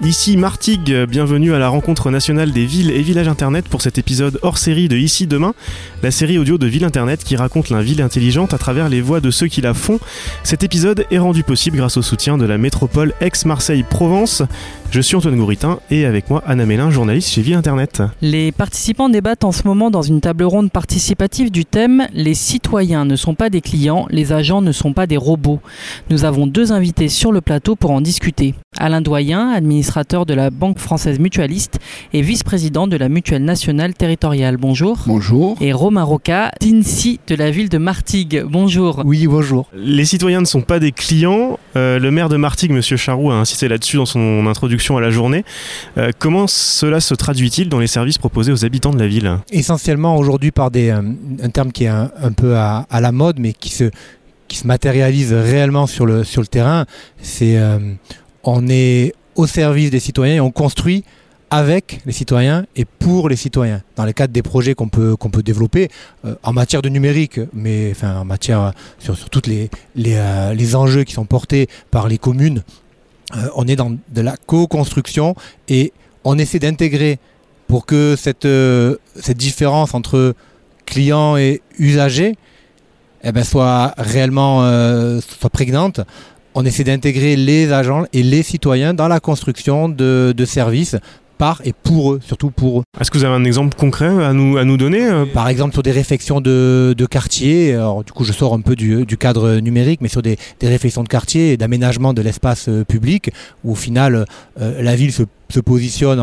Ici Martigues, bienvenue à la rencontre nationale des villes et villages internet pour cet épisode hors série de Ici Demain, la série audio de Ville Internet qui raconte la ville intelligente à travers les voix de ceux qui la font. Cet épisode est rendu possible grâce au soutien de la métropole Aix-Marseille-Provence. Je suis Antoine Gouritin et avec moi Anna Mélin, journaliste chez Ville Internet. Les participants débattent en ce moment dans une table ronde participative du thème « Les citoyens ne sont pas des clients, les agents ne sont pas des robots ». Nous avons deux invités sur le plateau pour en discuter. Alain Doyen, administrateur de la Banque Française Mutualiste et vice-président de la Mutuelle Nationale Territoriale. Bonjour. Bonjour. Et Romain Roca, d'INSI de la ville de Martigues. Bonjour. Oui, bonjour. Les citoyens ne sont pas des clients. Le maire de Martigues, M. Charroux, a insisté là-dessus dans son introduction à la journée. Comment cela se traduit-il dans les services proposés aux habitants de la ville ? Essentiellement aujourd'hui par un terme qui est un peu à la mode, mais qui se matérialise réellement sur le terrain. C'est on est au service des citoyens et on construit avec les citoyens et pour les citoyens. Dans le cadre des projets qu'on peut développer en matière de numérique, mais enfin en matière sur tous les enjeux qui sont portés par les communes, on est dans de la co-construction et on essaie d'intégrer pour que cette différence entre clients et usagers soit réellement soit prégnante. On essaie d'intégrer les agents et les citoyens dans la construction de services par et pour eux, surtout pour eux. Est-ce que vous avez un exemple concret à nous donner ? Par exemple sur des réflexions de quartier, alors du coup je sors un peu du cadre numérique, mais sur des réflexions de quartier et d'aménagement de l'espace public, où au final la ville se positionne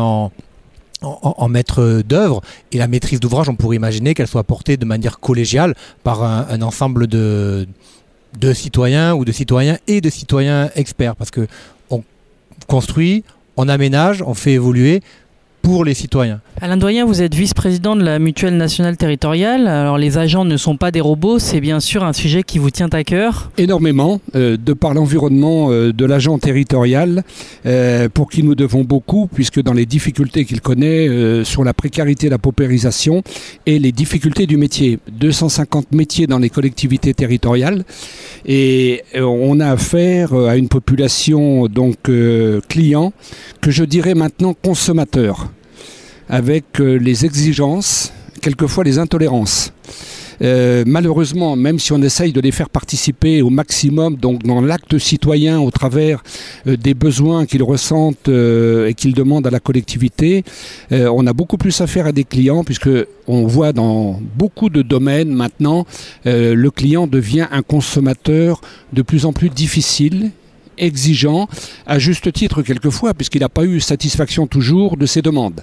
en maître d'œuvre, et la maîtrise d'ouvrage, on pourrait imaginer qu'elle soit portée de manière collégiale par un ensemble de citoyens ou de citoyens et de citoyens experts, parce que on construit, on aménage, on fait évoluer pour les citoyens. Alain Doyen, vous êtes vice-président de la Mutuelle Nationale Territoriale. Alors les agents ne sont pas des robots, c'est bien sûr un sujet qui vous tient à cœur. Énormément, de par l'environnement de l'agent territorial, pour qui nous devons beaucoup, puisque dans les difficultés qu'il connaît sur la précarité, la paupérisation et les difficultés du métier. 250 métiers dans les collectivités territoriales, et on a affaire à une population donc client, que je dirais maintenant consommateur, avec les exigences, quelquefois les intolérances. Malheureusement, même si on essaye de les faire participer au maximum donc dans l'acte citoyen au travers des besoins qu'ils ressentent et qu'ils demandent à la collectivité, on a beaucoup plus affaire à des clients, puisque on voit dans beaucoup de domaines maintenant, le client devient un consommateur de plus en plus difficile, exigeant, à juste titre quelquefois, puisqu'il n'a pas eu satisfaction toujours de ses demandes.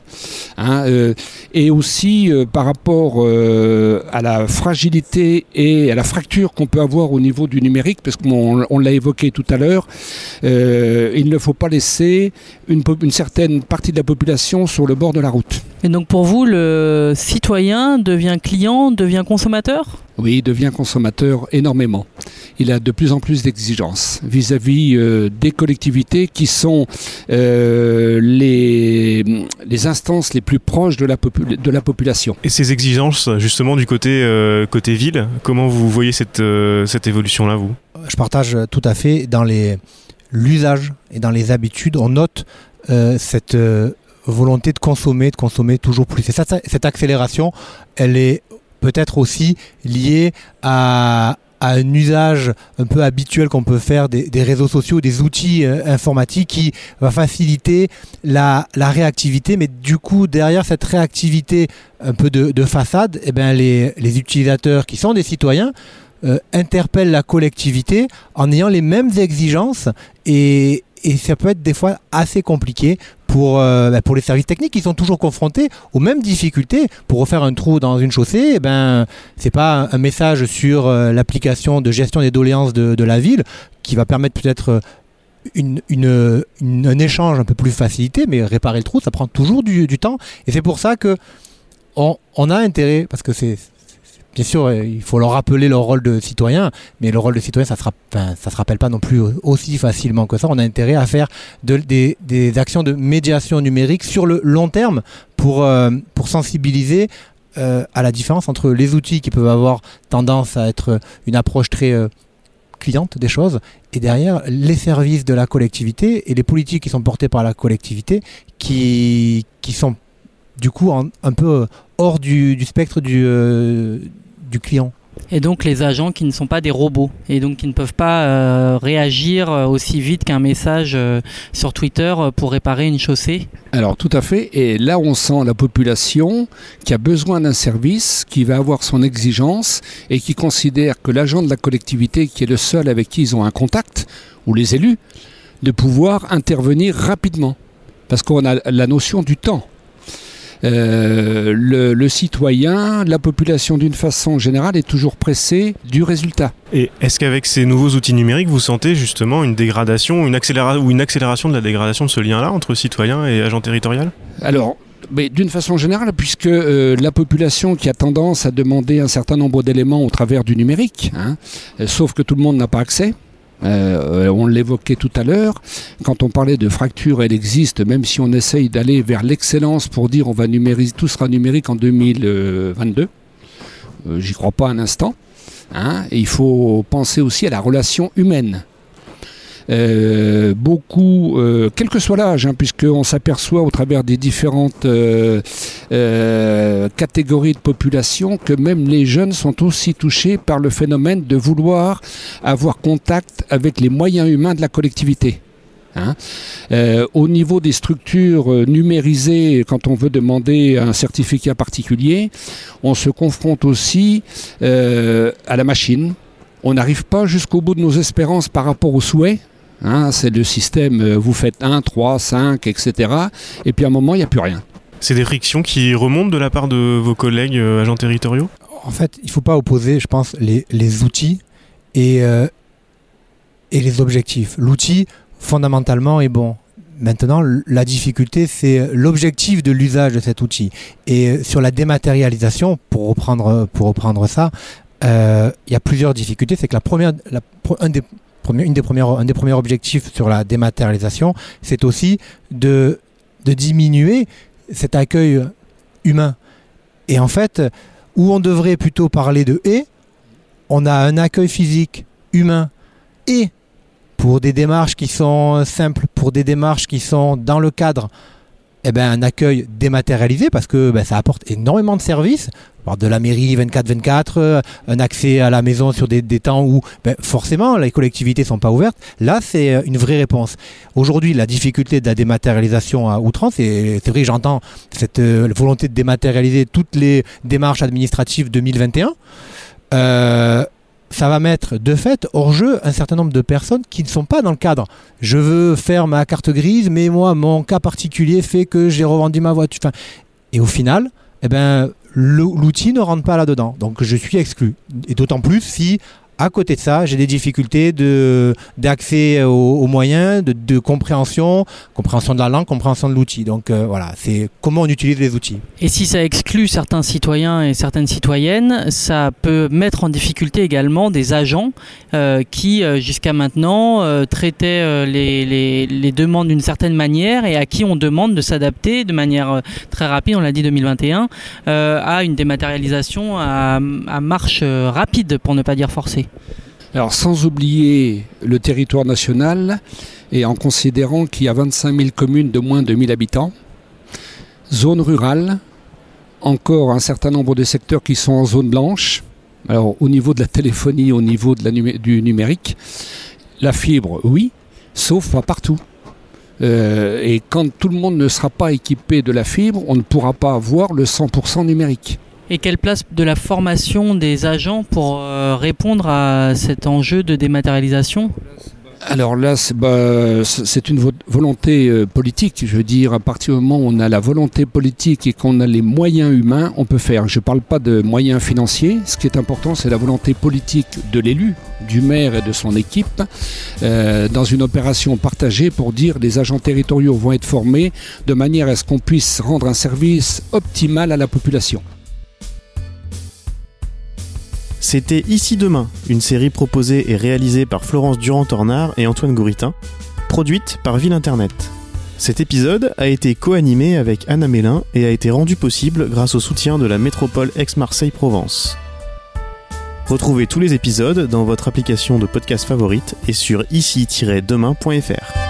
Et aussi par rapport à la fragilité et à la fracture qu'on peut avoir au niveau du numérique, parce qu'on l'a évoqué tout à l'heure, il ne faut pas laisser une certaine partie de la population sur le bord de la route. Et donc pour vous, le citoyen devient client, devient consommateur ? Oui, il devient consommateur énormément. Il a de plus en plus d'exigences vis-à-vis des collectivités qui sont les instances les plus proches de la population. Et ces exigences, justement, du côté ville, comment vous voyez cette évolution-là, vous ? Je partage tout à fait. Dans l'usage et dans les habitudes, on note cette volonté de consommer toujours plus. Et cette accélération, elle est peut-être aussi liée à un usage un peu habituel qu'on peut faire des réseaux sociaux, des outils informatiques qui va faciliter la réactivité, mais du coup derrière cette réactivité un peu de façade, les utilisateurs qui sont des citoyens interpellent la collectivité en ayant les mêmes exigences, et ça peut être des fois assez compliqué pour les services techniques qui sont toujours confrontés aux mêmes difficultés. Pour refaire un trou dans une chaussée, c'est pas un message sur l'application de gestion des doléances de la ville qui va permettre peut-être un échange un peu plus facilité, mais réparer le trou, ça prend toujours du temps. Et c'est pour ça que on a intérêt, parce que bien sûr, il faut leur rappeler leur rôle de citoyen, mais le rôle de citoyen, ça se rappelle pas non plus aussi facilement que ça. On a intérêt à faire des actions de médiation numérique sur le long terme pour sensibiliser à la différence entre les outils qui peuvent avoir tendance à être une approche très cliente des choses, et derrière les services de la collectivité et les politiques qui sont portées par la collectivité qui sont du coup un peu hors du spectre du client. Et donc les agents qui ne sont pas des robots et donc qui ne peuvent pas réagir aussi vite qu'un message sur Twitter pour réparer une chaussée. Alors tout à fait, et là on sent la population qui a besoin d'un service, qui va avoir son exigence et qui considère que l'agent de la collectivité, qui est le seul avec qui ils ont un contact, ou les élus, de pouvoir intervenir rapidement. Parce qu'on a la notion du temps. Le citoyen, la population d'une façon générale est toujours pressée du résultat. Et est-ce qu'avec ces nouveaux outils numériques, vous sentez justement une dégradation, une accélération de la dégradation de ce lien-là entre citoyen et agent territorial ? Alors, mais d'une façon générale, puisque la population qui a tendance à demander un certain nombre d'éléments au travers du numérique, sauf que tout le monde n'a pas accès. On l'évoquait tout à l'heure, quand on parlait de fracture, elle existe, même si on essaye d'aller vers l'excellence pour dire on va numériser, tout sera numérique en 2022. J'y crois pas un instant. Et il faut penser aussi à la relation humaine. Beaucoup, quel que soit l'âge, puisqu'on s'aperçoit au travers des différentes catégories de population que même les jeunes sont aussi touchés par le phénomène de vouloir avoir contact avec les moyens humains de la collectivité. Au niveau des structures numérisées, quand on veut demander un certificat particulier, on se confronte aussi à la machine. On n'arrive pas jusqu'au bout de nos espérances par rapport aux souhaits. C'est le système, vous faites 1, 3, 5, etc. Et puis à un moment, il n'y a plus rien. C'est des frictions qui remontent de la part de vos collègues agents territoriaux ? En fait, il ne faut pas opposer, je pense, les outils et les objectifs. L'outil, fondamentalement, est bon. Maintenant, la difficulté, c'est l'objectif de l'usage de cet outil. Et sur la dématérialisation, pour reprendre ça, il y a plusieurs difficultés. C'est que un des premiers objectifs sur la dématérialisation, c'est aussi de diminuer cet accueil humain. Et en fait, où on devrait plutôt parler de « et », on a un accueil physique humain et pour des démarches qui sont simples, pour des démarches qui sont dans le cadre, un accueil dématérialisé parce que ça apporte énormément de services. De la mairie 24/24, un accès à la maison sur des temps où forcément les collectivités ne sont pas ouvertes. Là, c'est une vraie réponse. Aujourd'hui, la difficulté de la dématérialisation à outrance, c'est vrai que j'entends cette volonté de dématérialiser toutes les démarches administratives 2021. Ça va mettre de fait hors jeu un certain nombre de personnes qui ne sont pas dans le cadre. Je veux faire ma carte grise, mais moi, mon cas particulier fait que j'ai revendu ma voiture. Et au final, l'outil ne rentre pas là-dedans. Donc je suis exclu. Et d'autant plus si, à côté de ça, j'ai des difficultés d'accès aux moyens, de compréhension de la langue, compréhension de l'outil. Donc voilà, c'est comment on utilise les outils. Et si ça exclut certains citoyens et certaines citoyennes, ça peut mettre en difficulté également des agents qui, jusqu'à maintenant, traitaient les demandes d'une certaine manière et à qui on demande de s'adapter de manière très rapide, on l'a dit 2021, à une dématérialisation à marche rapide, pour ne pas dire forcée. Alors sans oublier le territoire national et en considérant qu'il y a 25 000 communes de moins de 1000 habitants, zone rurale, encore un certain nombre de secteurs qui sont en zone blanche, alors au niveau de la téléphonie, au niveau du numérique, la fibre, oui, sauf pas partout. Et quand tout le monde ne sera pas équipé de la fibre, on ne pourra pas avoir le 100% numérique. Et quelle place de la formation des agents pour répondre à cet enjeu de dématérialisation ? Alors là, c'est une volonté politique. Je veux dire, à partir du moment où on a la volonté politique et qu'on a les moyens humains, on peut faire. Je ne parle pas de moyens financiers. Ce qui est important, c'est la volonté politique de l'élu, du maire et de son équipe, dans une opération partagée pour dire les agents territoriaux vont être formés de manière à ce qu'on puisse rendre un service optimal à la population. C'était Ici Demain, une série proposée et réalisée par Florence Durand-Tornard et Antoine Gouritin, produite par Ville Internet. Cet épisode a été co-animé avec Anna Mélin et a été rendu possible grâce au soutien de la métropole Aix-Marseille-Provence. Retrouvez tous les épisodes dans votre application de podcast favorite et sur ici-demain.fr.